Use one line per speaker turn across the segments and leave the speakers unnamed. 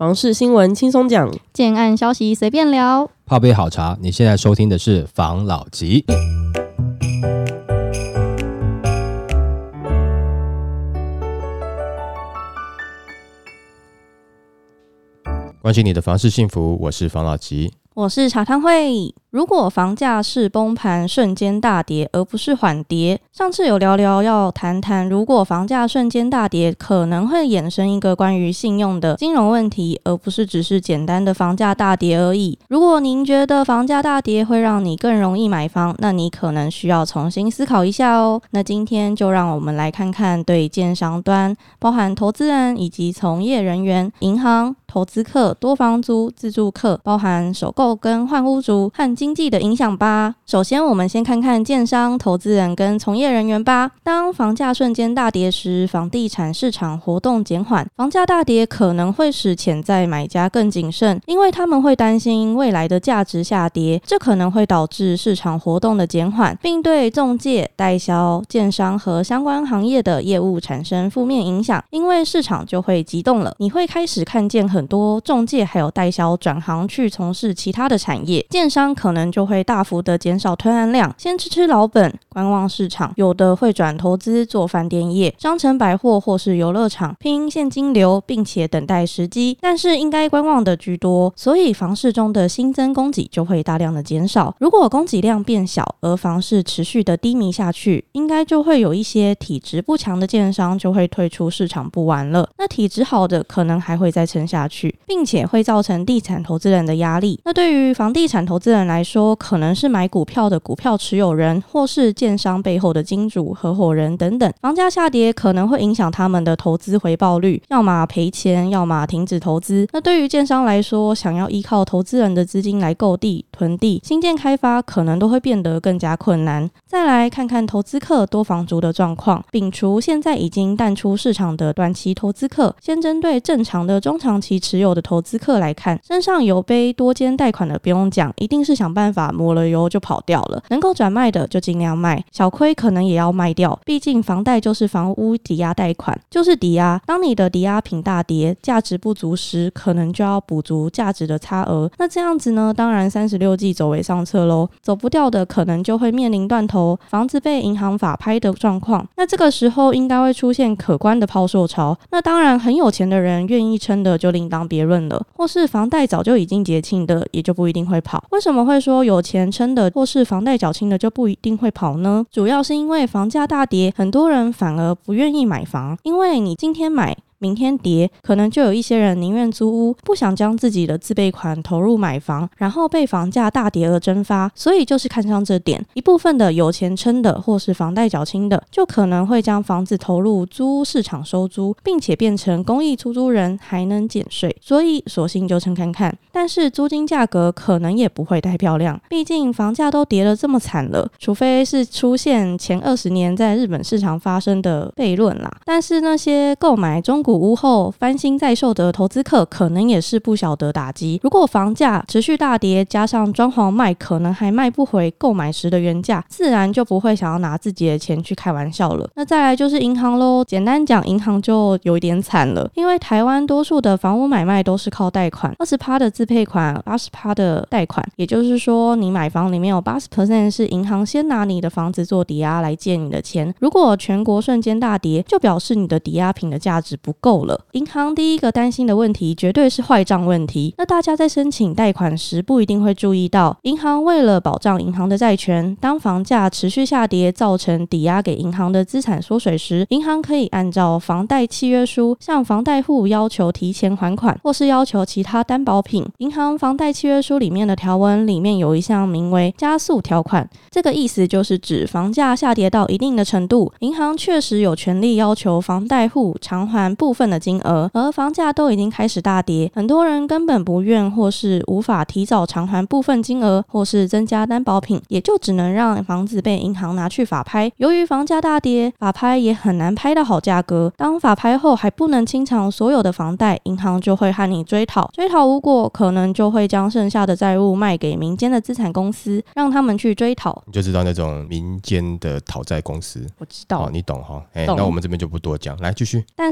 房市新闻轻松讲，
建案消息随便聊，
泡杯好茶。你现在收听的是房老吉。关心你的房市幸福，我是房老吉，
我是茶汤会。如果房价是崩盘瞬间大跌而不是缓跌，上次有聊聊要谈谈如果房价瞬间大跌可能会衍生一个关于信用的金融问题，而不是只是简单的房价大跌而已。如果您觉得房价大跌会让你更容易买房，那你可能需要重新思考一下哦。那今天就让我们来看看对建商端，包含投资人以及从业人员、银行、投资客、多房族、自住客，包含首购跟换屋族和经济的影响吧。首先我们先看看建商、投资人跟从业人员吧。当房价瞬间大跌时，房地产市场活动减缓，房价大跌可能会使潜在买家更谨慎，因为他们会担心未来的价值下跌，这可能会导致市场活动的减缓，并对仲介、代销、建商和相关行业的业务产生负面影响，因为市场就会急动了，你会开始看见很多仲介还有代销转行去从事其他的产业，建商可能就会大幅的减少推案量，先吃老本，观望市场，有的会转投资做饭店业、商城百货或是游乐场，拼现金流，并且等待时机，但是应该观望的居多，所以房市中的新增供给就会大量的减少。如果供给量变小，而房市持续的低迷下去，应该就会有一些体质不强的建商就会退出市场不玩了，那体质好的可能还会再撑下去，并且会造成地产投资人的压力。那对于房地产投资人来说，可能是买股票的股票持有人，或是建商背后的金主、合伙人等等。房价下跌可能会影响他们的投资回报率，要么赔钱，要么停止投资。那对于建商来说，想要依靠投资人的资金来购地、囤地、新建开发，可能都会变得更加困难。再来看看投资客、多房族的状况，摒除现在已经淡出市场的短期投资客，先针对正常的中长期持有的投资客来看，身上有背多间贷款的不用讲，一定是想办法抹了油就跑掉了，能够转卖的就尽量卖，小亏可能也要卖掉，毕竟房贷就是房屋抵押贷款，就是抵押，当你的抵押品大跌，价值不足时，可能就要补足价值的差额，那这样子呢，当然36季走为上策咯，走不掉的可能就会面临断头，房子被银行法拍的状况，那这个时候应该会出现可观的抛售潮，那当然很有钱的人愿意撑的就另当别论了，或是房贷早就已经结清的也就不一定会跑。为什么会说有钱撑的或是房贷缴清的就不一定会跑呢？主要是因为房价大跌，很多人反而不愿意买房，因为你今天买明天跌，可能就有一些人宁愿租屋，不想将自己的自备款投入买房，然后被房价大跌而蒸发，所以就是看上这点，一部分的有钱撑的或是房贷缴清的，就可能会将房子投入租屋市场收租，并且变成公益出租人，还能减税，所以索性就撑看看。但是租金价格可能也不会太漂亮，毕竟房价都跌了这么惨了，除非是出现前20年在日本市场发生的悖论啦。但是那些购买中古屋后翻新再售的投资客可能也是不晓得打击，如果房价持续大跌，加上装潢卖可能还卖不回购买时的原价，自然就不会想要拿自己的钱去开玩笑了。那再来就是银行咯，简单讲，银行就有一点惨了，因为台湾多数的房屋买卖都是靠贷款， 20% 的自配款， 80% 的贷款，也就是说你买房里面有 80% 是银行先拿你的房子做抵押来借你的钱，如果全国瞬间大跌，就表示你的抵押品的价值不够了。银行第一个担心的问题绝对是坏账问题，那大家在申请贷款时不一定会注意到，银行为了保障银行的债权，当房价持续下跌造成抵押给银行的资产缩水时，银行可以按照房贷契约书向房贷户要求提前还款，或是要求其他担保品。银行房贷契约书里面的条文里面有一项名为加速条款，这个意思就是指房价下跌到一定的程度，银行确实有权利要求房贷户偿还部分的金额，而房价都已经开始大跌，很多人根本不愿或是无法提早偿还部分金额，或是增加担保品，也就只能让房子被银行拿去法拍。由于房价大跌，法拍也很难拍到好价格，当法拍后还不能清偿所有的房贷，银行就会和你追讨，追讨无果，可能就会将剩下的债务卖给民间的资产公司，让他们去追讨。
你就知道那种民间的讨债公司。
我知道，
你懂哈？
懂。
那我们这边就不多讲，来继续。
但是如果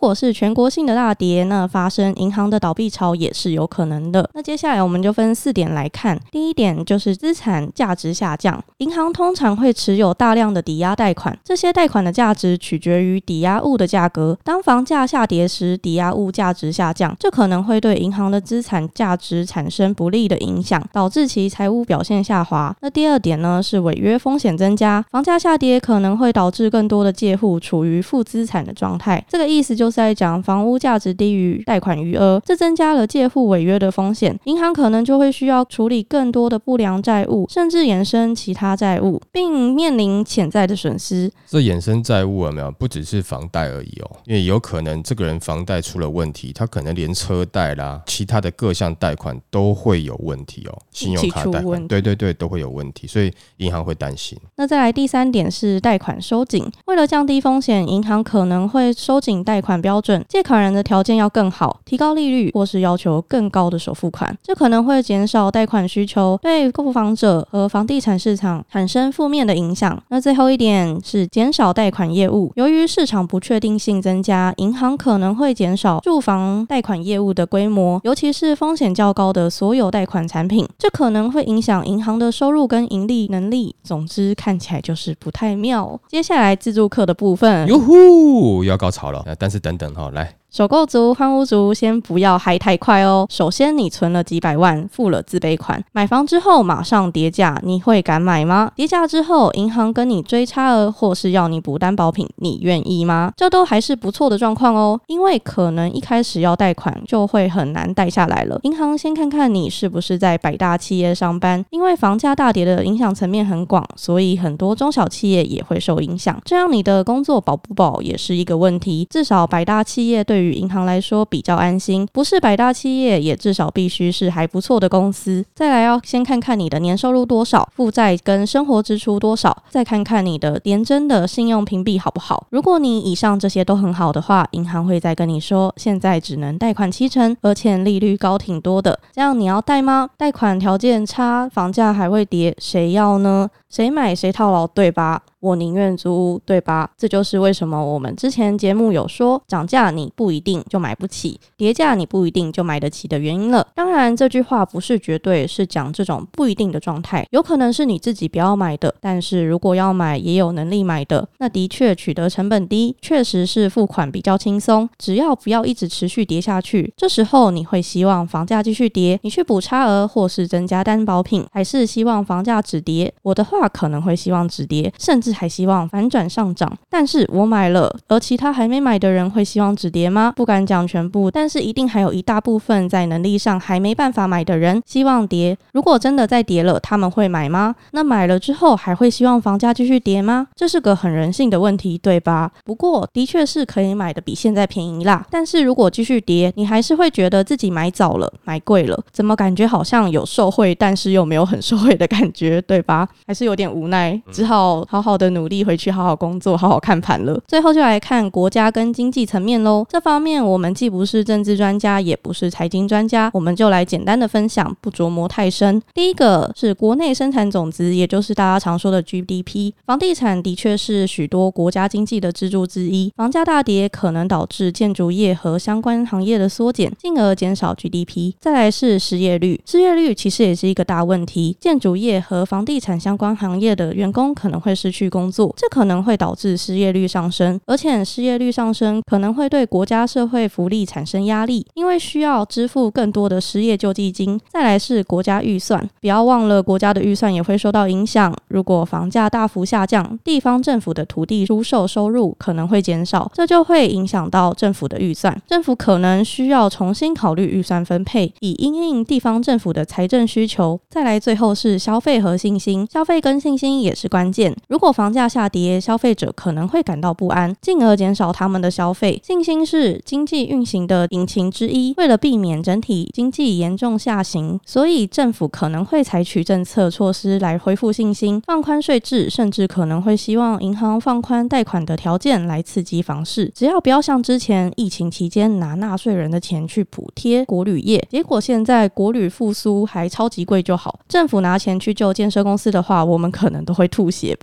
果是全国性的大跌，那发生银行的倒闭潮也是有可能的。那接下来我们就分4点来看。第一点就是资产价值下降，银行通常会持有大量的抵押贷款，这些贷款的价值取决于抵押物的价格。当房价下跌时，抵押物价值下降，这可能会对银行的资产价值产生不利的影响，导致其财务表现下滑。那第二点呢，是违约风险增加，房价下跌可能会导致更多的借户处于负资产的状态。这个意思就是在讲房屋价值低于贷款余额，这增加了借户违约的风险，银行可能就会需要处理更多的不良债务，甚至衍生其他债务，并面临潜在的损失。
这衍生债务有没有不只是房贷而已哦，因为有可能这个人房贷出了问题，他可能连车贷啦，其他的各项贷款都会有问题哦，信用卡贷款，对都会有问题，所以银行会担心。
那再来第3点是贷款收紧，为了降低风险，银行可能会收紧贷款标准，借款人的条件要更好，提高利率，或是要求更高的首付款，这可能会减少贷款需求，对购房者和房地产市场产生负面的影响。那最后一点是减少贷款业务，由于市场不确定性增加，银行可能会减少住房贷款业务的规模，尤其是风险较高的所有贷款产品，这可能会影响银行的收入跟盈利能力。总之看起来就是不太妙。接下来自住客的部分，
哟呼，要高潮了，但是等等来。
首购族、换屋族先不要嗨太快哦。首先，你存了几百万，付了自备款，买房之后马上跌价，你会敢买吗？跌价之后，银行跟你追差额，或是要你补担保品，你愿意吗？这都还是不错的状况哦，因为可能一开始要贷款就会很难贷下来了。银行先看看你是不是在百大企业上班，因为房价大跌的影响层面很广，所以很多中小企业也会受影响。这样你的工作保不保也是一个问题。至少百大企业对于银行来说比较安心，不是百大企业也至少必须是还不错的公司。再来要先看看你的年收入多少，负债跟生活支出多少，再看看你的联征的信用评比好不好。如果你以上这些都很好的话，银行会再跟你说现在只能贷款70%，而且利率高挺多的，这样你要贷吗？贷款条件差，房价还会跌，谁要呢？谁买谁套牢，对吧？我宁愿租屋，对吧？这就是为什么我们之前节目有说，涨价你不一定就买不起，跌价你不一定就买得起的原因了。当然这句话不是绝对，是讲这种不一定的状态，有可能是你自己不要买的，但是如果要买也有能力买的，那的确取得成本低，确实是付款比较轻松，只要不要一直持续跌下去。这时候你会希望房价继续跌，你去补差额或是增加担保品，还是希望房价止跌？我的话可能会希望止跌，甚至还希望反转上涨。但是我买了，而其他还没买的人会希望止跌吗？不敢讲全部，但是一定还有一大部分在能力上还没办法买的人希望跌。如果真的再跌了，他们会买吗？那买了之后还会希望房价继续跌吗？这是个很人性的问题，对吧？不过的确是可以买的比现在便宜啦，但是如果继续跌，你还是会觉得自己买早了，买贵了，怎么感觉好像有受惠，但是又没有很受惠的感觉，对吧？还是有点无奈，只好好好的努力回去好好工作，好好看盘了。最后就来看国家跟经济层面咯，这方面我们既不是政治专家，也不是财经专家，我们就来简单的分享，不琢磨太深。第一个是国内生产总值，也就是大家常说的 GDP。 房地产的确是许多国家经济的支柱之一，房价大跌可能导致建筑业和相关行业的缩减，进而减少 GDP。 再来是失业率，失业率其实也是一个大问题，建筑业和房地产相关行业的员工可能会失去工作，这可能会导致失业率上升，而且失业率上升可能会对国家社会福利产生压力，因为需要支付更多的失业救济金。再来是国家预算，不要忘了国家的预算也会受到影响，如果房价大幅下降，地方政府的土地出售收入可能会减少，这就会影响到政府的预算，政府可能需要重新考虑预算分配，以因应地方政府的财政需求。再来最后是消费和信心，消费跟信心也是关键，如果房价下跌，消费者可能会感到不安，进而减少他们的消费。信心是经济运行的引擎之一，为了避免整体经济严重下行，所以政府可能会采取政策措施来恢复信心，放宽税制，甚至可能会希望银行放宽贷款的条件来刺激房市。只要不要像之前疫情期间拿纳税人的钱去补贴国旅业，结果现在国旅复苏还超级贵就好，政府拿钱去救建设公司的话，我们可能都会吐血吧。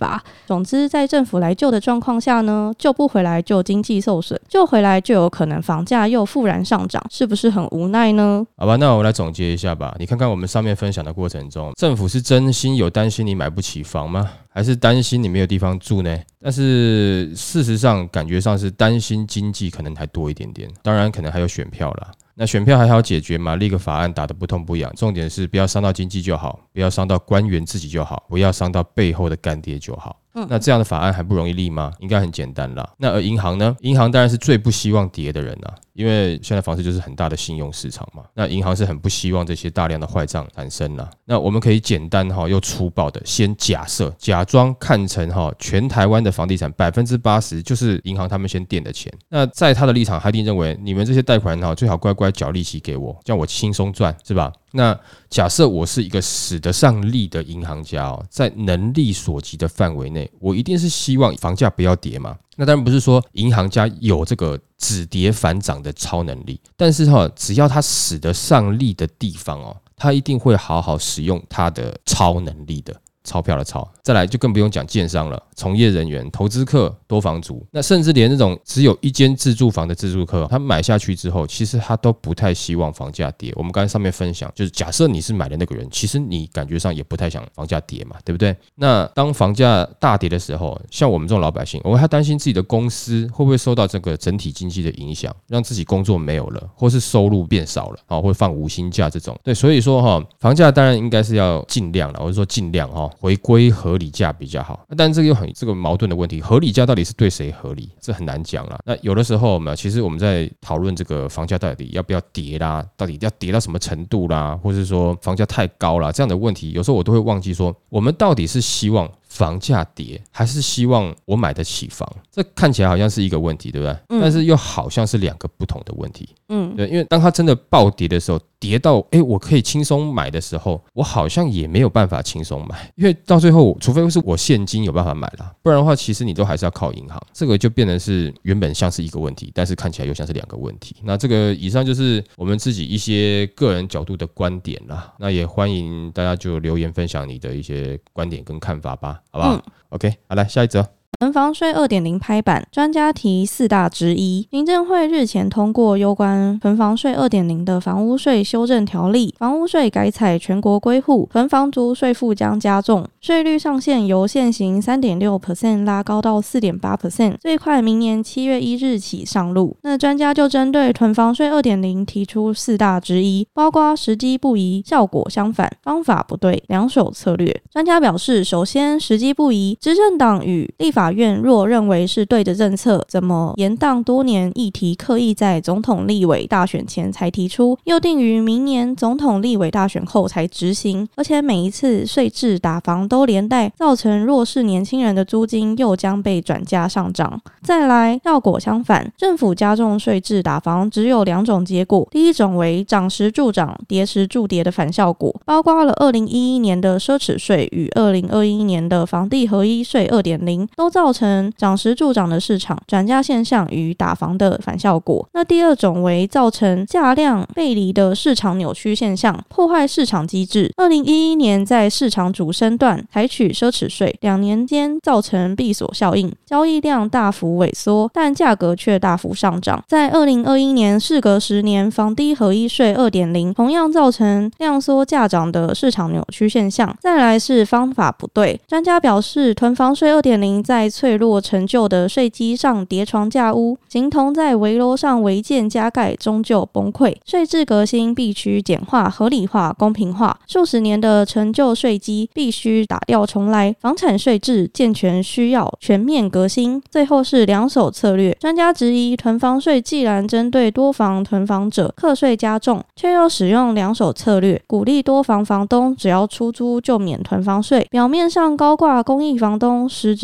总之在政府来救的状况下呢，救不回来就经济受损，救回来就有可能房价又复然上涨，是不是很无奈呢？
好吧，那我来总结一下吧。你看看我们上面分享的过程中，政府是真心有担心你买不起房吗？还是担心你没有地方住呢？但是事实上感觉上是担心经济可能还多一点点，当然可能还有选票啦。那选票还好解决嘛，立个法案打得不痛不痒，重点是不要伤到经济就好，不要伤到官员自己就好，不要伤到背后的干爹就好。那这样的法案还不容易立吗？应该很简单啦。那而银行呢？银行当然是最不希望跌的人啦，因为现在房市就是很大的信用市场嘛。那银行是很不希望这些大量的坏账产生啦。那我们可以简单又粗暴的先假装看成全台湾的房地产80%就是银行他们先垫的钱。那在他的立场，他一定认为你们这些贷款最好乖乖缴利息给我，这样我轻松赚，是吧？那假设我是一个使得上力的银行家在能力所及的范围内，我一定是希望房价不要跌嘛。那当然不是说银行家有这个止跌反涨的超能力，但是只要他使得上力的地方他一定会好好使用他的超能力的。钞票的钞，再来就更不用讲建商了，从业人员、投资客、多房族，那甚至连那种只有一间自住房的自住客，他买下去之后，其实他都不太希望房价跌。我们刚才上面分享，就是假设你是买的那个人，其实你感觉上也不太想房价跌嘛，对不对？那当房价大跌的时候，像我们这种老百姓，我们还担心自己的公司会不会受到这个整体经济的影响，让自己工作没有了，或是收入变少了，或放无薪假这种。对，所以说房价当然应该是要尽量了，我是说尽量回归合理价比较好。但这个又很这个矛盾的问题，合理价到底是对谁合理？这很难讲啦。那有的时候其实我们在讨论这个房价到底要不要跌啦，到底要跌到什么程度啦，或是说房价太高啦，这样的问题，有时候我都会忘记说，我们到底是希望房价跌，还是希望我买得起房？这看起来好像是一个问题，对不对？但是又好像是两个不同的问题。对，因为当它真的暴跌的时候，跌到我可以轻松买的时候，我好像也没有办法轻松买，因为到最后，除非是我现金有办法买啦，不然的话，其实你都还是要靠银行。这个就变成是原本像是一个问题，但是看起来又像是两个问题。那这个以上就是我们自己一些个人角度的观点啦。那也欢迎大家就留言分享你的一些观点跟看法吧，好不好？OK， 好，来下一则。
囤房税 2.0 拍板，专家提4大之一。行政会日前通过有关囤房税 2.0 的房屋税修正条例，房屋税改采全国归户，囤房族税负将加重，税率上限由现行 3.6% 拉高到 4.8%， 最快明年7月1日起上路。那专家就针对囤房税 2.0 提出4大之一，包括时机不宜、效果相反、方法不对、两手策略。专家表示，首先时机不宜，执政党与立法院若认为是对的政策，怎么延宕多年议题刻意在总统立委大选前才提出，又定于明年总统立委大选后才执行，而且每一次税制打房都连带造成弱势年轻人的租金又将被转嫁上涨。再来，效果相反，政府加重税制打房只有2种结果，第一种为涨时助涨、跌时助跌的反效果，包括了2011年的奢侈税与2021年的房地合一税 2.0 都造成涨时助涨的市场转嫁现象与打房的反效果。那第二种为造成价量背离的市场扭曲现象，破坏市场机制。2011年在市场主升段采取奢侈税，2年间造成闭锁效应，交易量大幅萎缩，但价格却大幅上涨。在2021年事隔10年，房地合一税 2.0 同样造成量缩价涨的市场扭曲现象。再来是方法不对，专家表示，囤房税 2.0 在脆弱陈旧的税基上叠床架屋，形同在围楼上违建加盖，终究崩溃。税制革新必须简化、合理化、公平化，数十年的陈旧税基必须打掉重来。房产税制健全需要全面革新。最后是两手策略，专家质疑囤房税既然针对多房囤房者课税加重，却又使用两手策略，鼓励多房房东只要出租就免囤房税，表面上高挂公益房东，实质上在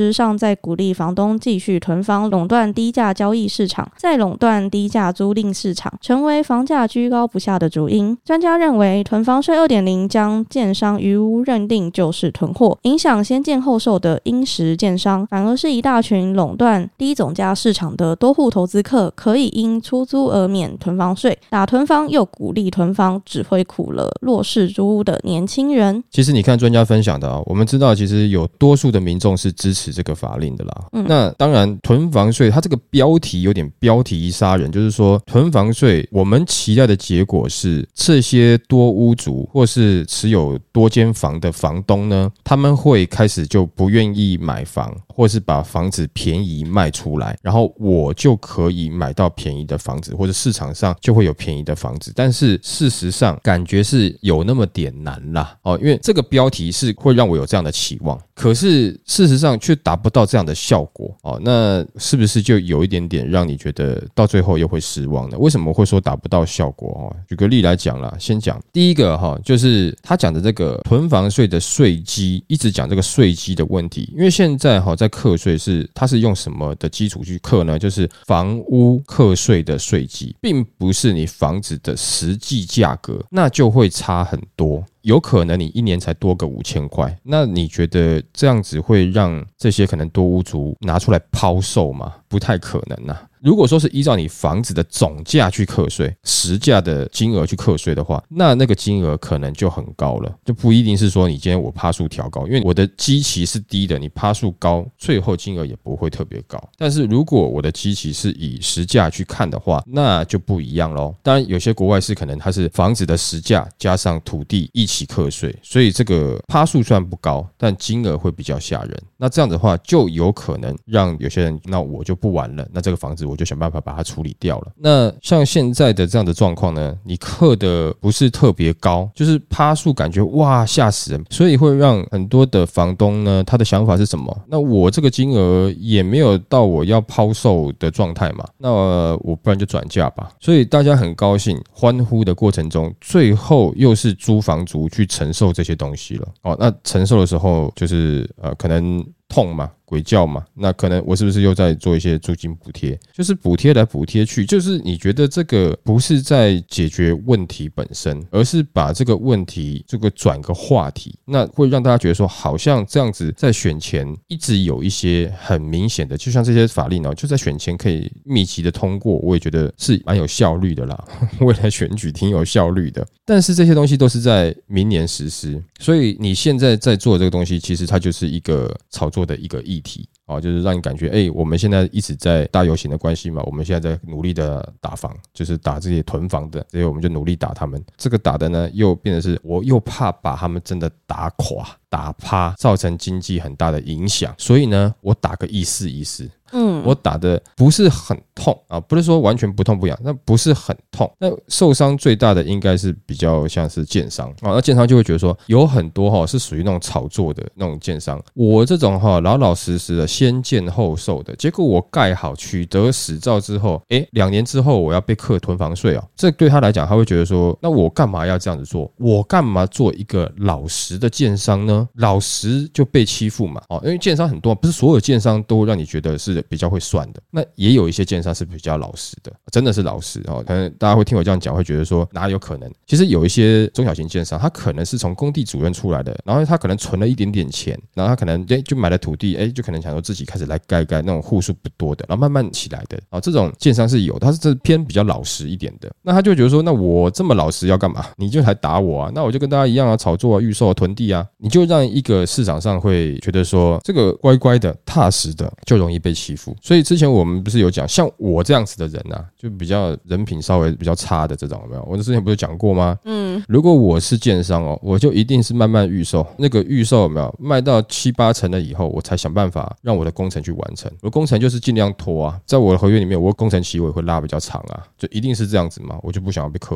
在鼓励房东继续囤房，垄断低价交易市场，再垄断低价租赁市场，成为房价居高不下的主因。专家认为，囤房税 2.0 将建商余屋认定就是囤货，影响先建后售的殷实建商，反而是一大群垄断低总价市场的多户投资客可以因出租而免囤房税，打囤房又鼓励囤房，只会苦了弱势租屋的年轻人。
其实你看专家分享的我们知道其实有多数的民众是支持这个法令的啦。那当然囤房税它这个标题有点标题杀人，就是说囤房税我们期待的结果是这些多屋主或是持有多间房的房东呢，他们会开始就不愿意买房，或是把房子便宜卖出来，然后我就可以买到便宜的房子，或者市场上就会有便宜的房子。但是事实上感觉是有那么点难啦，因为这个标题是会让我有这样的期望，可是事实上却达不到这样的效果，那是不是就有一点点让你觉得到最后又会失望呢？为什么会说达不到效果？举个例来讲啦，先讲第一个就是他讲的这个囤房税的税基，一直讲这个税基的问题，因为现在在课税它是用什么的基础去课呢？就是房屋课税的税基，并不是你房子的实际价格，那就会差很多。有可能你一年才多个5000块，那你觉得这样子会让这些可能多屋主拿出来抛售吗？不太可能啊。如果说是依照你房子的总价去课税，实价的金额去课税的话，那个金额可能就很高了，就不一定是说你今天我趴数调高，因为我的基期是低的，你趴数高，最后金额也不会特别高。但是如果我的基期是以实价去看的话，那就不一样咯。当然有些国外是可能它是房子的实价加上土地一起课税，所以这个趴数虽然不高，但金额会比较吓人。那这样的话就有可能让有些人，那我就不玩了，那这个房子我就想办法把它处理掉了。那像现在的这样的状况呢，你课的不是特别高，就是趴数感觉哇吓死人，所以会让很多的房东呢，他的想法是什么？那我这个金额也没有到我要抛售的状态嘛，那我不然就转嫁吧。所以大家很高兴欢呼的过程中，最后又是租房族去承受这些东西了。那承受的时候就是可能痛嘛，鬼叫嘛，那可能我是不是又在做一些租金补贴，就是补贴来补贴去，就是你觉得这个不是在解决问题本身，而是把这个问题这个转个话题，那会让大家觉得说好像这样子在选前一直有一些很明显的，就像这些法令就在选前可以密集的通过，我也觉得是蛮有效率的啦，未来选举挺有效率的。但是这些东西都是在明年实施，所以你现在在做这个东西，其实它就是一个炒作的一个议题，就是让你感觉我们现在一直在大游行的关系嘛，我们现在在努力的打房，就是打这些囤房的，所以我们就努力打他们。这个打的呢，又变成是我又怕把他们真的打垮打趴，造成经济很大的影响，所以呢我打个意思意思。我打的不是很痛不是说完全不痛不痒，那不是很痛。那受伤最大的应该是比较像是建商那建商就会觉得说有很多是属于那种炒作的那种建商，我这种老老实实的先建后售的，结果我盖好取得使照之后2年之后我要被课囤房税这对他来讲他会觉得说，那我干嘛要这样子做？我干嘛做一个老实的建商呢？老实就被欺负嘛因为建商很多，不是所有建商都让你觉得是比较会算的，那也有一些建商是比较老实的，真的是老实可能大家会听我这样讲会觉得说哪有可能，其实有一些中小型建商他可能是从工地主任出来的，然后他可能存了一点点钱，然后他可能就买了土地就可能想说自己开始来盖那种户数不多的，然后慢慢起来的这种建商是有，他是偏比较老实一点的，那他就觉得说那我这么老实要干嘛？你就来打我那我就跟大家一样炒作预售囤地你就让一个市场上会觉得说这个乖乖的踏实的就容易被欺负。所以之前我们不是有讲，像我这样子的人就比较人品稍微比较差的这种，有没有？我之前不是讲过吗？如果我是建商我就一定是慢慢预售，那个预售有没有卖到7、8成了以后，我才想办法让我的工程去完成。我的工程就是尽量拖在我的合约里面，我工程期我也会拉比较长就一定是这样子嘛，我就不想要被课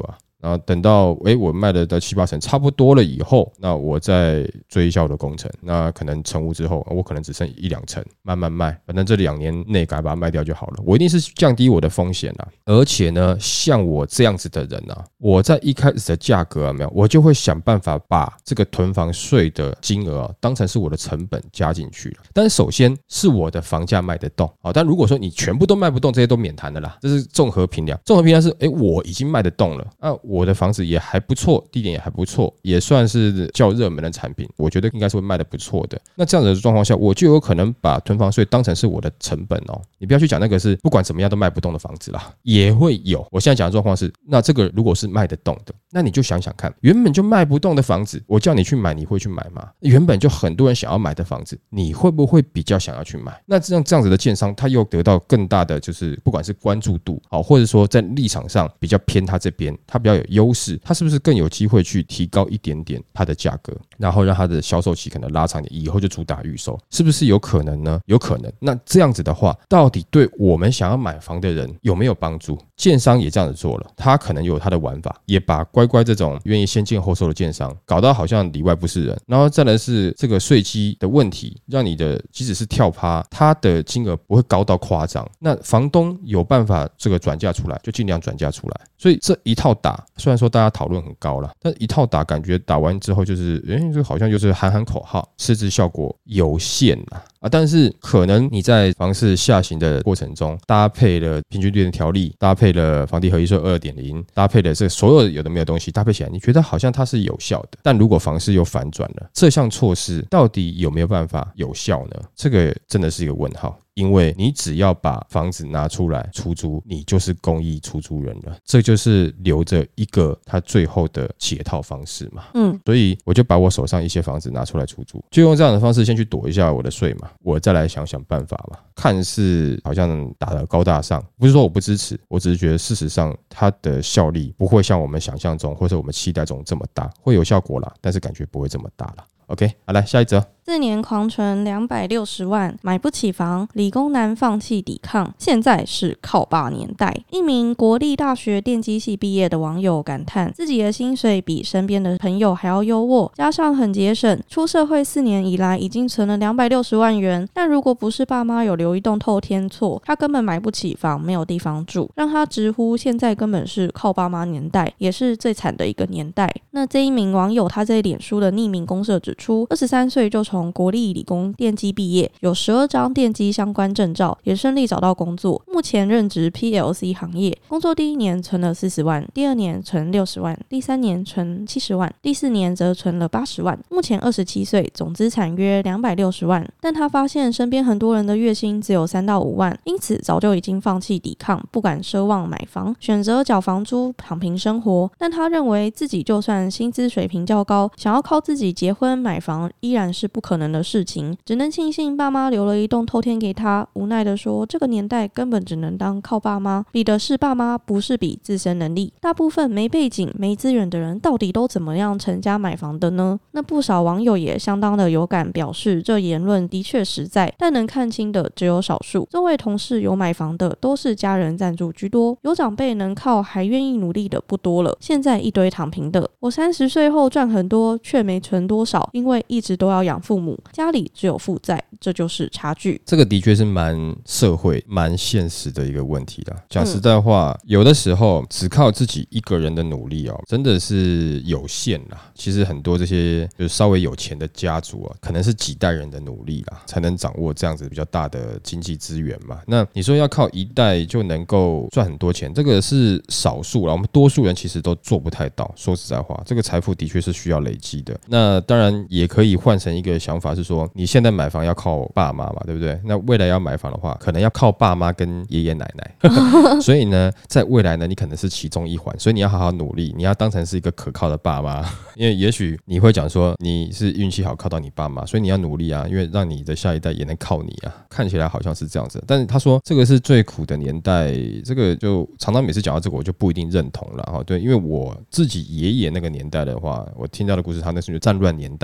然后等到我卖的到7、8成差不多了以后，那我再追一下我的工程，那可能成屋之后我可能只剩1、2成慢慢卖，反正这2年内赶快把它卖掉就好了，我一定是降低我的风险啦。而且呢，像我这样子的人啊，我在一开始的价格没有，我就会想办法把这个囤房税的金额当成是我的成本加进去了。但是首先是我的房价卖得动，但如果说你全部都卖不动，这些都免谈的啦，这是综合评量。综合评量是我已经卖得动了，我的房子也还不错，地点也还不错，也算是较热门的产品，我觉得应该是会卖得不错的。那这样子的状况下，我就有可能把囤房税当成是我的成本你不要去讲那个是不管怎么样都卖不动的房子啦，也会有。我现在讲的状况是，那这个如果是卖得动的，那你就想想看，原本就卖不动的房子，我叫你去买，你会去买吗？原本就很多人想要买的房子，你会不会比较想要去买？那这样子的建商，他又得到更大的就是不管是关注度或者说在立场上比较偏他这边，他比较有优势，他是不是更有机会去提高一点点他的价格，然后让他的销售期可能拉长一点，以后就主打预售，是不是有可能呢？有可能。那这样子的话，到底对我们想要买房的人有没有帮助？建商也这样子做了，他可能有他的玩法，也把乖乖这种愿意先建后售的建商搞到好像里外不是人。然后再来是这个税基的问题，让你的即使是跳趴，它的金额不会高到夸张。那房东有办法这个转嫁出来，就尽量转嫁出来。所以这一套打，虽然说大家讨论很高啦，但一套打感觉打完之后就是这好像就是喊喊口号，实质效果有限啦。但是可能你在房市下行的过程中，搭配了平均地权条例，搭配了房地合一税 2.0， 搭配了这所有有的没有东西，搭配起来，你觉得好像它是有效的。但如果房市又反转了，这项措施到底有没有办法有效呢？这个真的是一个问号。因为你只要把房子拿出来出租，你就是公益出租人了，这就是留着一个他最后的解套方式嘛。所以我就把我手上一些房子拿出来出租，就用这样的方式先去躲一下我的税嘛，我再来想想办法嘛。看似好像打得高大上，不是说我不支持，我只是觉得事实上它的效力不会像我们想象中或者我们期待中这么大，会有效果啦，但是感觉不会这么大啦。OK， 好，来下一则。
4年狂存260万，买不起房，理工男放弃抵抗，现在是靠爸年代。一名国立大学电机系毕业的网友感叹，自己的薪水比身边的朋友还要优渥，加上很节省，出社会4年以来已经存了260万元。但如果不是爸妈有留一栋透天厝，他根本买不起房，没有地方住，让他直呼现在根本是靠爸妈年代，也是最惨的一个年代。那这一名网友他在脸书的匿名公社指出，23岁就从国立理工电机毕业，有12张电机相关证照，也顺利找到工作。目前任职 PLC 行业，工作第1年存了40万，第2年存60万，第3年存70万，第4年则存了80万。目前27岁，总资产约260万。但他发现身边很多人的月薪只有3到5万，因此早就已经放弃抵抗，不敢奢望买房，选择缴房租躺平生活。但他认为自己就算薪资水平较高，想要靠自己结婚买房依然是不可能的事情，只能庆幸爸妈留了一栋透天给他。无奈的说，这个年代根本只能当靠爸妈，比的是爸妈，不是比自身能力。大部分没背景没资源的人到底都怎么样成家买房的呢？那不少网友也相当的有感，表示这言论的确实在，但能看清的只有少数。周围同事有买房的都是家人赞助居多，有长辈能靠还愿意努力的不多了。现在一堆躺平的，我30岁后赚很多却没存多少，因为一直都要养父母，家里只有负债，这就是差距。
这个的确是蛮社会蛮现实的一个问题啦。讲实在话，有的时候只靠自己一个人的努力真的是有限啦。其实很多这些就是稍微有钱的家族可能是几代人的努力啦，才能掌握这样子比较大的经济资源嘛。那你说要靠一代就能够赚很多钱，这个是少数啦，我们多数人其实都做不太到。说实在话，这个财富的确是需要累积的。那当然也可以换成一个想法是说，你现在买房要靠爸妈嘛，对不对？那未来要买房的话，可能要靠爸妈跟爷爷奶奶。所以呢，在未来呢，你可能是其中一环，所以你要好好努力，你要当成是一个可靠的爸妈。因为也许你会讲说你是运气好靠到你爸妈，所以你要努力啊，因为让你的下一代也能靠你啊。看起来好像是这样子，但是他说这个是最苦的年代，这个就常常每次讲到这个我就不一定认同了。对，因为我自己爷爷那个年代的话，我听到的故事，他那是战乱年代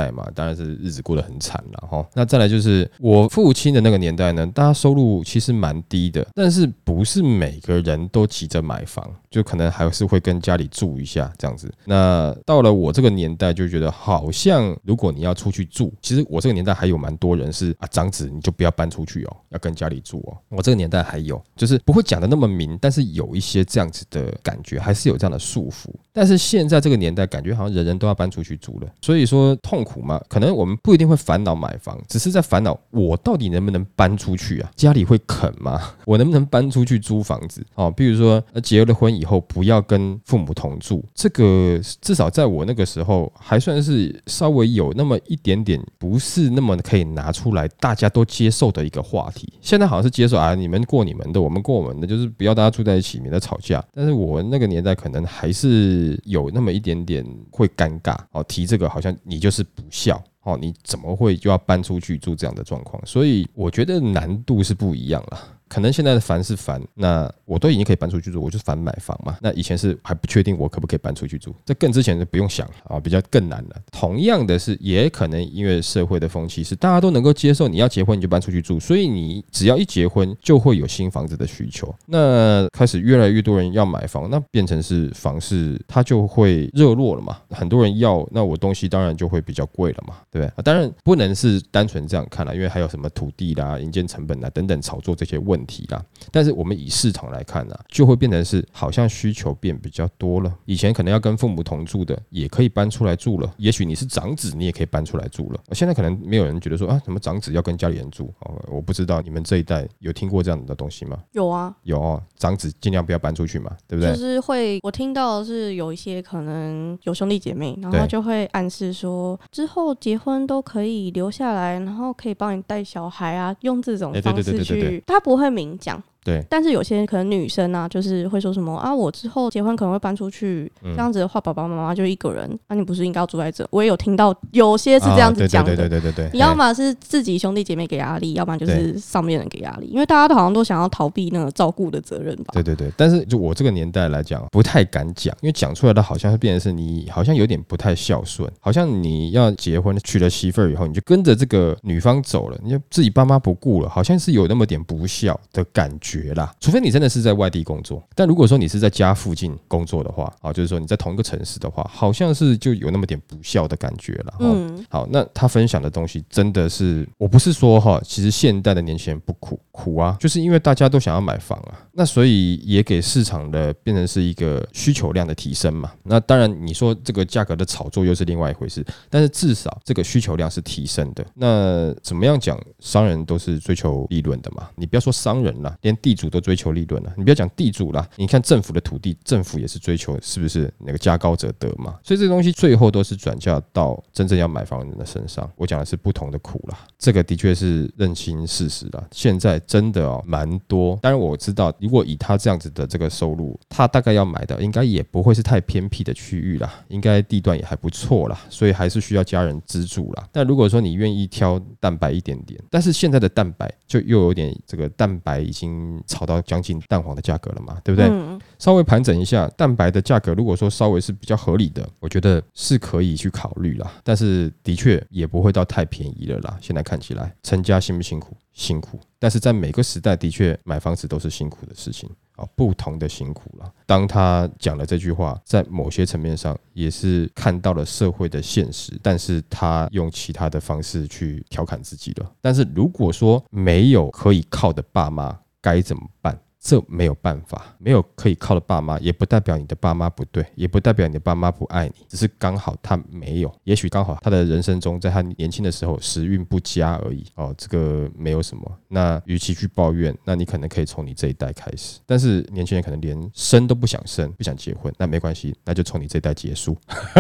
代嘛，当然是日子过得很惨啦。那再来就是我父亲的那个年代呢，大家收入其实蛮低的，但是不是每个人都急着买房，就可能还是会跟家里住一下这样子。那到了我这个年代就觉得好像如果你要出去住，其实我这个年代还有蛮多人是长子你就不要搬出去要跟家里住我这个年代还有就是不会讲的那么明，但是有一些这样子的感觉，还是有这样的束缚。但是现在这个年代感觉好像人人都要搬出去住了，所以说痛苦嘛，可能我们不一定会烦恼买房，只是在烦恼我到底能不能搬出去啊？家里会肯吗？我能不能搬出去租房子？比如说结了婚以后不要跟父母同住，这个至少在我那个时候还算是稍微有那么一点点不是那么可以拿出来大家都接受的一个话题。现在好像是接受你们过你们的，我们过我们的，就是不要大家住在一起免得吵架。但是我那个年代可能还是有那么一点点会尴尬提这个好像你就是不孝你怎么会就要搬出去住这样的状况？所以我觉得难度是不一样啦。可能现在的烦是烦，那我都已经可以搬出去住，我就是烦买房嘛。那以前是还不确定我可不可以搬出去住，这更之前就不用想比较更难了。同样的是，也可能因为社会的风气是大家都能够接受，你要结婚你就搬出去住，所以你只要一结婚就会有新房子的需求。那开始越来越多人要买房，那变成是房市它就会热络了嘛。很多人要，那我东西当然就会比较贵了嘛，对不对？当然不能是单纯这样看啦，因为还有什么土地啦、营建成本啦等等炒作这些问题啦。但是我们以市场来看就会变成是好像需求变比较多了。以前可能要跟父母同住的也可以搬出来住了，也许你是长子你也可以搬出来住了。现在可能没有人觉得说什么长子要跟家里人住我不知道你们这一代有听过这样的东西吗？
有啊，
有长子尽量不要搬出去嘛，对不对？
就是我听到的是有一些可能有兄弟姐妹，然后就会暗示说之后结婚都可以留下来，然后可以帮你带小孩用这种方式去，他不会明讲。
对，
但是有些可能女生就是会说什么我之后结婚可能会搬出去，这样子的话爸爸妈妈就一个人，你不是应该要住在这？我也有听到有些是这样子讲的。
对，
你要么是自己兄弟姐妹给压力，要不然就是上面人给压力，因为大家都好像都想要逃避那个照顾的责任吧。
对，但是就我这个年代来讲不太敢讲，因为讲出来的好像会变成是你好像有点不太孝顺，好像你要结婚娶了媳妇儿以后你就跟着这个女方走了，你就自己爸妈不顾了，好像是有那么点不孝的感觉啦。除非你真的是在外地工作，但如果说你是在家附近工作的话就是说你在同一个城市的话，好像是就有那么点不孝的感觉啦。好，那他分享的东西真的是，我不是说其实现代的年轻人不苦啊，就是因为大家都想要买房那所以也给市场的变成是一个需求量的提升嘛。那当然你说这个价格的炒作又是另外一回事，但是至少这个需求量是提升的。那怎么样讲，商人都是追求利润的嘛，你不要说商人啦，连地主都追求利润你不要讲地主啦，你看政府的土地，政府也是追求是不是那个价高者得嘛。所以这个东西最后都是转嫁到真正要买房人的身上。我讲的是不同的苦啦，这个的确是认清事实啦。现在真的蛮多，当然我知道如果以他这样子的这个收入，他大概要买的应该也不会是太偏僻的区域啦，应该地段也还不错啦，所以还是需要家人资助啦。但如果说你愿意挑蛋白一点点，但是现在的蛋白就又有点这个蛋白已经炒到将近蛋黄的价格了嘛，对不对？稍微盘整一下蛋白的价格，如果说稍微是比较合理的，我觉得是可以去考虑啦。但是的确也不会到太便宜了啦。现在看起来成家辛不辛苦？辛苦，但是在每个时代的确买房子都是辛苦的事情不同的辛苦啦。当他讲了这句话，在某些层面上也是看到了社会的现实，但是他用其他的方式去调侃自己了。但是如果说没有可以靠的爸妈该怎么办？这没有办法，没有可以靠的爸妈，也不代表你的爸妈不对，也不代表你的爸妈不爱你，只是刚好他没有，也许刚好他的人生中，在他年轻的时候时运不佳而已这个没有什么。那与其去抱怨，那你可能可以从你这一代开始。但是年轻人可能连生都不想生，不想结婚，那没关系，那就从你这一代结束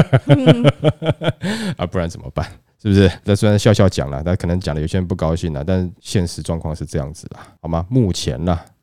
不然怎么办？是不是？那虽然笑笑讲了，但可能讲的有些人不高兴了，但是现实状况是这样子啦，好吗？目前啦，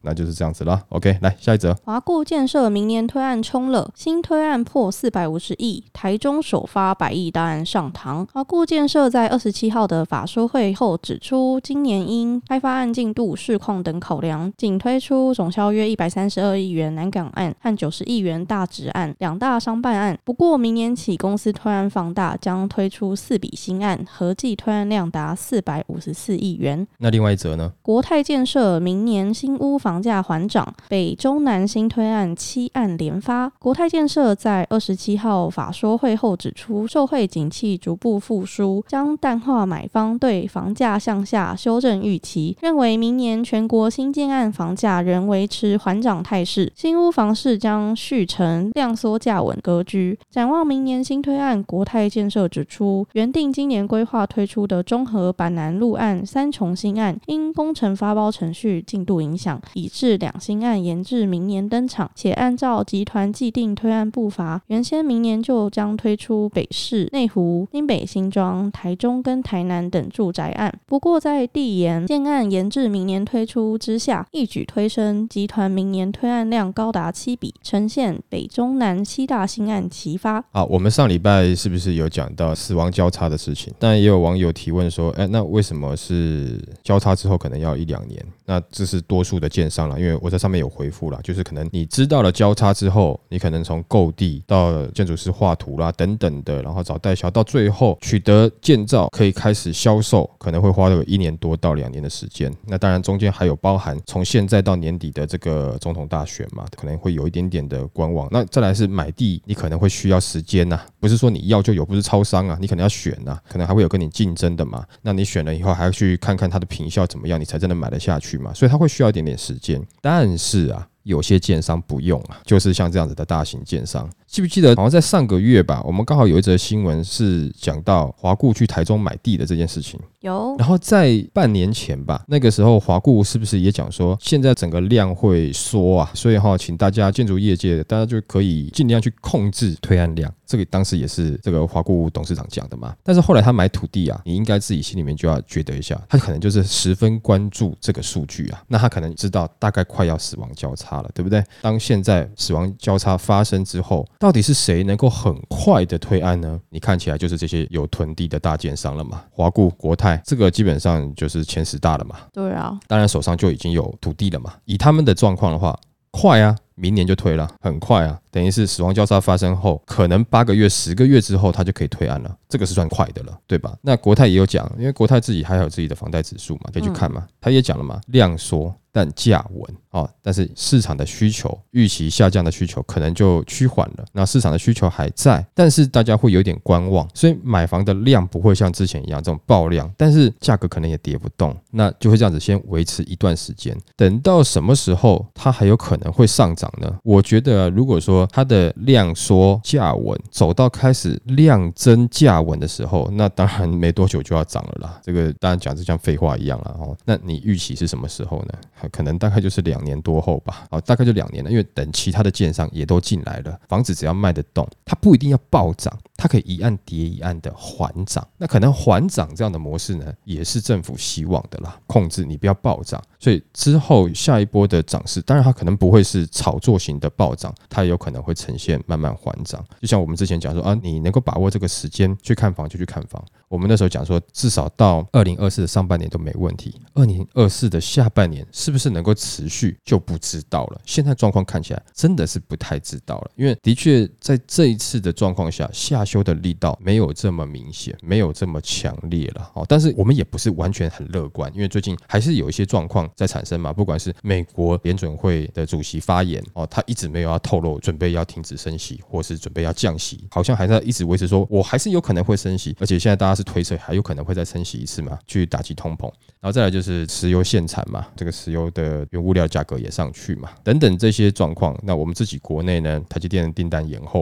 那就是这样子啦。 OK， 来下一则。
华固建设明年推案冲了，新推案破450亿，台中首发100亿大案上堂。华固建设在27号的法说会后指出，今年因开发案进度、市况等考量，仅推出总销约132亿元南港案和90亿元大直案2大商办案。不过明年起公司推案放大，将推出4笔新案，合计推案量达454亿元。
那另外一则呢？
国泰建设明年新屋房价缓涨，北中南新推案7案连发。国泰建设在27号法说会后指出，受惠景气逐步复苏，将淡化买方对房价向下修正预期，认为明年全国新建案房价仍维持缓涨态势，新屋房市将续呈量缩价稳格局。展望明年新推案，国泰建设指出，原定今年规划推出的中和板南路案3重新案，因工程发包程序进度影响，以致2新案延至明年登场，且按照集团既定推案步伐，原先明年就将推出北市、内湖、新北新庄、台中跟台南等住宅案。不过在递延建案延至明年推出之下，一举推升集团明年推案量高达7笔，呈现北中南7大新案齐发。
好，我们上礼拜是不是有讲到死亡交叉的事情？但也有网友提问说，那为什么是交叉之后可能要1-2年？那这是多数的建商啦，因为我在上面有回复啦，就是可能你知道了交叉之后，你可能从购地到建筑师画图啦等等的，然后找代销，到最后取得建造可以开始销售，可能会花了1年多到2年的时间。那当然中间还有包含从现在到年底的这个总统大选嘛，可能会有一点点的观望。那再来是买地，你可能会需要时间啊，不是说你要就有，不是超商啊，你可能要选啊，可能还会有跟你竞争的嘛。那你选了以后还要去看看它的坪效怎么样，你才真的买得下去嘛，所以它会需要一点点时间。但是啊，有些建商不用啊，就是像这样子的大型建商。记不记得好像在上个月吧，我们刚好有一则新闻是讲到华固去台中买地的这件事情。
有。
然后在半年前吧，那个时候华固是不是也讲说，现在整个量会缩啊，所以请大家建筑业界大家就可以尽量去控制推案量。这个当时也是这个华固董事长讲的嘛。但是后来他买土地啊，你应该自己心里面就要觉得一下，他可能就是十分关注这个数据啊，那他可能知道大概快要死亡交叉了，对不对？当现在死亡交叉发生之后，到底是谁能够很快的推案呢？你看起来就是这些有囤地的大建商了嘛，华固、国泰，这个基本上就是前10大了嘛。
对啊，
当然手上就已经有土地了嘛。以他们的状况的话，快啊，明年就推了，很快啊，等于是死亡交叉发生后，可能8个月、10个月之后，他就可以推案了，这个是算快的了，对吧？那国泰也有讲，因为国泰自己还有自己的房贷指数嘛，可以去看嘛，他也讲了嘛，量缩但价稳但是市场的需求预期下降的需求可能就趋缓了，那市场的需求还在，但是大家会有点观望，所以买房的量不会像之前一样这种爆量，但是价格可能也跌不动，那就会这样子先维持一段时间，等到什么时候它还有可能会上涨呢？我觉得如果说它的量缩价稳走到开始量增价稳的时候，那当然没多久就要涨了啦，这个当然讲就像废话一样啦。那你预期是什么时候呢？可能大概就是2年多后吧，大概就2年了，因为等其他的建商也都进来了，房子只要卖得动，它不一定要暴涨，它可以一案叠一案的缓涨，那可能缓涨这样的模式呢，也是政府希望的啦，控制你不要暴涨，所以之后下一波的涨势，当然它可能不会是炒作型的暴涨，它也有可能会呈现慢慢缓涨。就像我们之前讲说你能够把握这个时间去看房就去看房，我们那时候讲说至少到2024的上半年都没问题，2024的下半年是不是能够持续就不知道了，现在状况看起来真的是不太知道了，因为的确在这一次的状况下，下修的力道没有这么明显，没有这么强烈了，但是我们也不是完全很乐观，因为最近还是有一些状况在产生嘛，不管是美国联准会的主席发言他一直没有要透露准备要停止升息或是准备要降息，好像还在一直维持说我还是有可能会升息，而且现在大家是推测还有可能会再升息一次嘛，去打击通膨，然后再来就是石油限产嘛，这个石油的原物料价格也上去嘛，等等这些状况，那我们自己国内呢，台积电的订单延后嘛，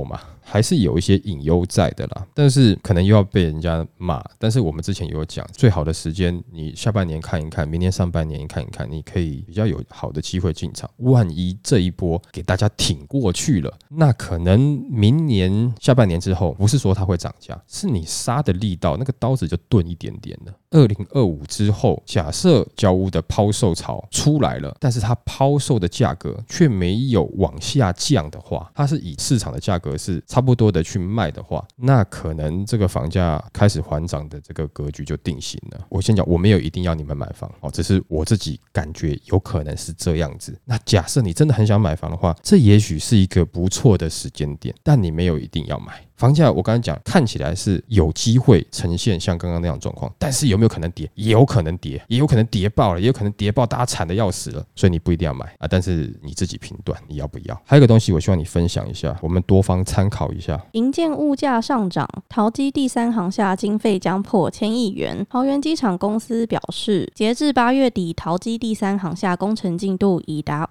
还是有一些隐忧在的啦，但是可能又要被人家骂。但是我们之前有讲，最好的时间你下半年看一看，明年上半年看一看，你可以比较有好的机会进场。万一这一波给大家挺过去了，那可能明年下半年之后，不是说它会涨价，是你杀的力道那个刀子就钝一点点了。2025之后，假设交屋的抛售潮出来了，但是它抛售的价格却没有往下降的话，它是以市场的价格是差不多的去卖的话，那可能这个房价开始缓涨的这个格局就定型了。我先讲，我没有一定要你们买房，只是我自己感觉有可能是这样子。那假设你真的很想买房的话，这也许是一个不错的时间点，但你没有一定要买。房价我刚才讲看起来是有机会呈现像刚刚那样的状况，但是有没有可能跌？也有可能跌，也有可能跌爆了，也有可能跌爆大家惨的要死了，所以你不一定要买啊，但是你自己评断你要不要。还有一个东西我希望你分享一下，我们多方参考一下。
营建物价上涨，桃机第三航厦经费将破1000亿元。桃园机场公司表示，截至8月底，桃机第三航厦工程进度已达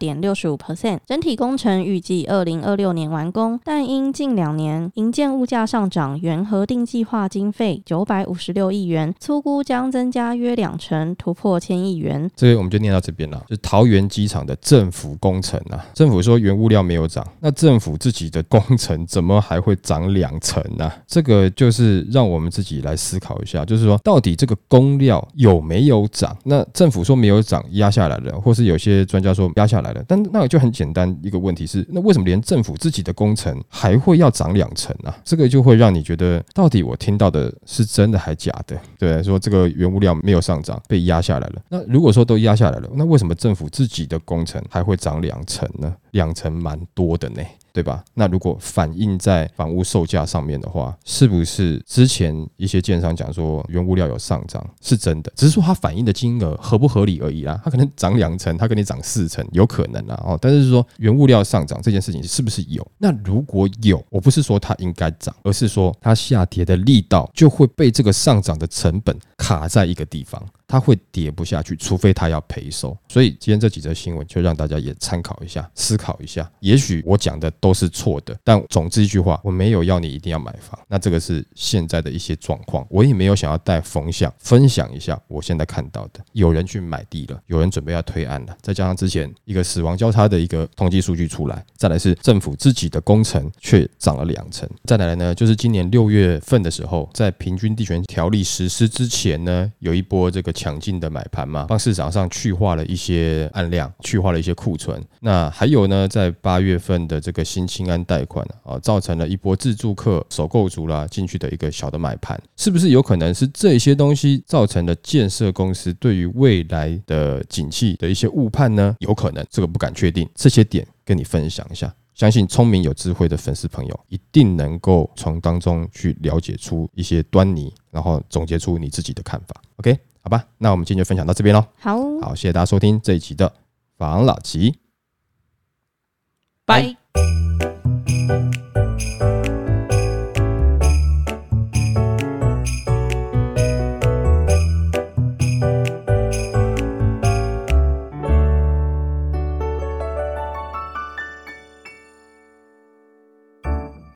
52.65%， 整体工程预计2026年完工，但因近2年营建物价上涨，原核定计划经费956亿元，粗估将增加约20%，突破1000亿元。
这个我们就念到这边了，就是桃园机场的政府工程啊，政府说原物料没有涨，那政府自己的工程怎么还会涨2%呢？这个就是让我们自己来思考一下，就是说到底这个工料有没有涨？那政府说没有涨，压下来了，或是有些专家说压下来了，但那就很简单一个问题是，那为什么连政府自己的工程还会要涨2%啊？这个就会让你觉得，到底我听到的是真的还假的？对，说这个原物料没有上涨，被压下来了。那如果说都压下来了，那为什么政府自己的工程还会涨2%呢？2%蛮多的呢。对吧？那如果反映在房屋售价上面的话，是不是之前一些建商讲说原物料有上涨是真的，只是说它反映的金额合不合理而已啦。它可能涨2%，它跟你涨4%，有可能啦。但是说原物料上涨这件事情是不是有？那如果有，我不是说它应该涨，而是说它下跌的力道就会被这个上涨的成本卡在一个地方。它会跌不下去，除非它要赔售。所以今天这几则新闻就让大家也参考一下，思考一下。也许我讲的都是错的，但总之一句话，我没有要你一定要买房。那这个是现在的一些状况，我也没有想要带风向，分享一下我现在看到的。有人去买地了，有人准备要推案了，再加上之前一个死亡交叉的一个统计数据出来，再来是政府自己的工程却涨了2%。再来呢，就是今年6月份的时候，在平均地权条例实施之前呢，有一波这个强劲的买盘嘛，帮市场上去化了一些案量，去化了一些库存。那还有呢，在8月份的这个新青安贷款造成了一波自住客、首购族啦进去的一个小的买盘，是不是有可能是这些东西造成了建设公司对于未来的景气的一些误判呢？有可能，这个不敢确定。这些点跟你分享一下。相信聪明有智慧的粉丝朋友一定能够从当中去了解出一些端倪，然后总结出你自己的看法。OK， 好吧，那我们今天就分享到这边咯。好，谢谢大家收听这一期的房老吉，
拜。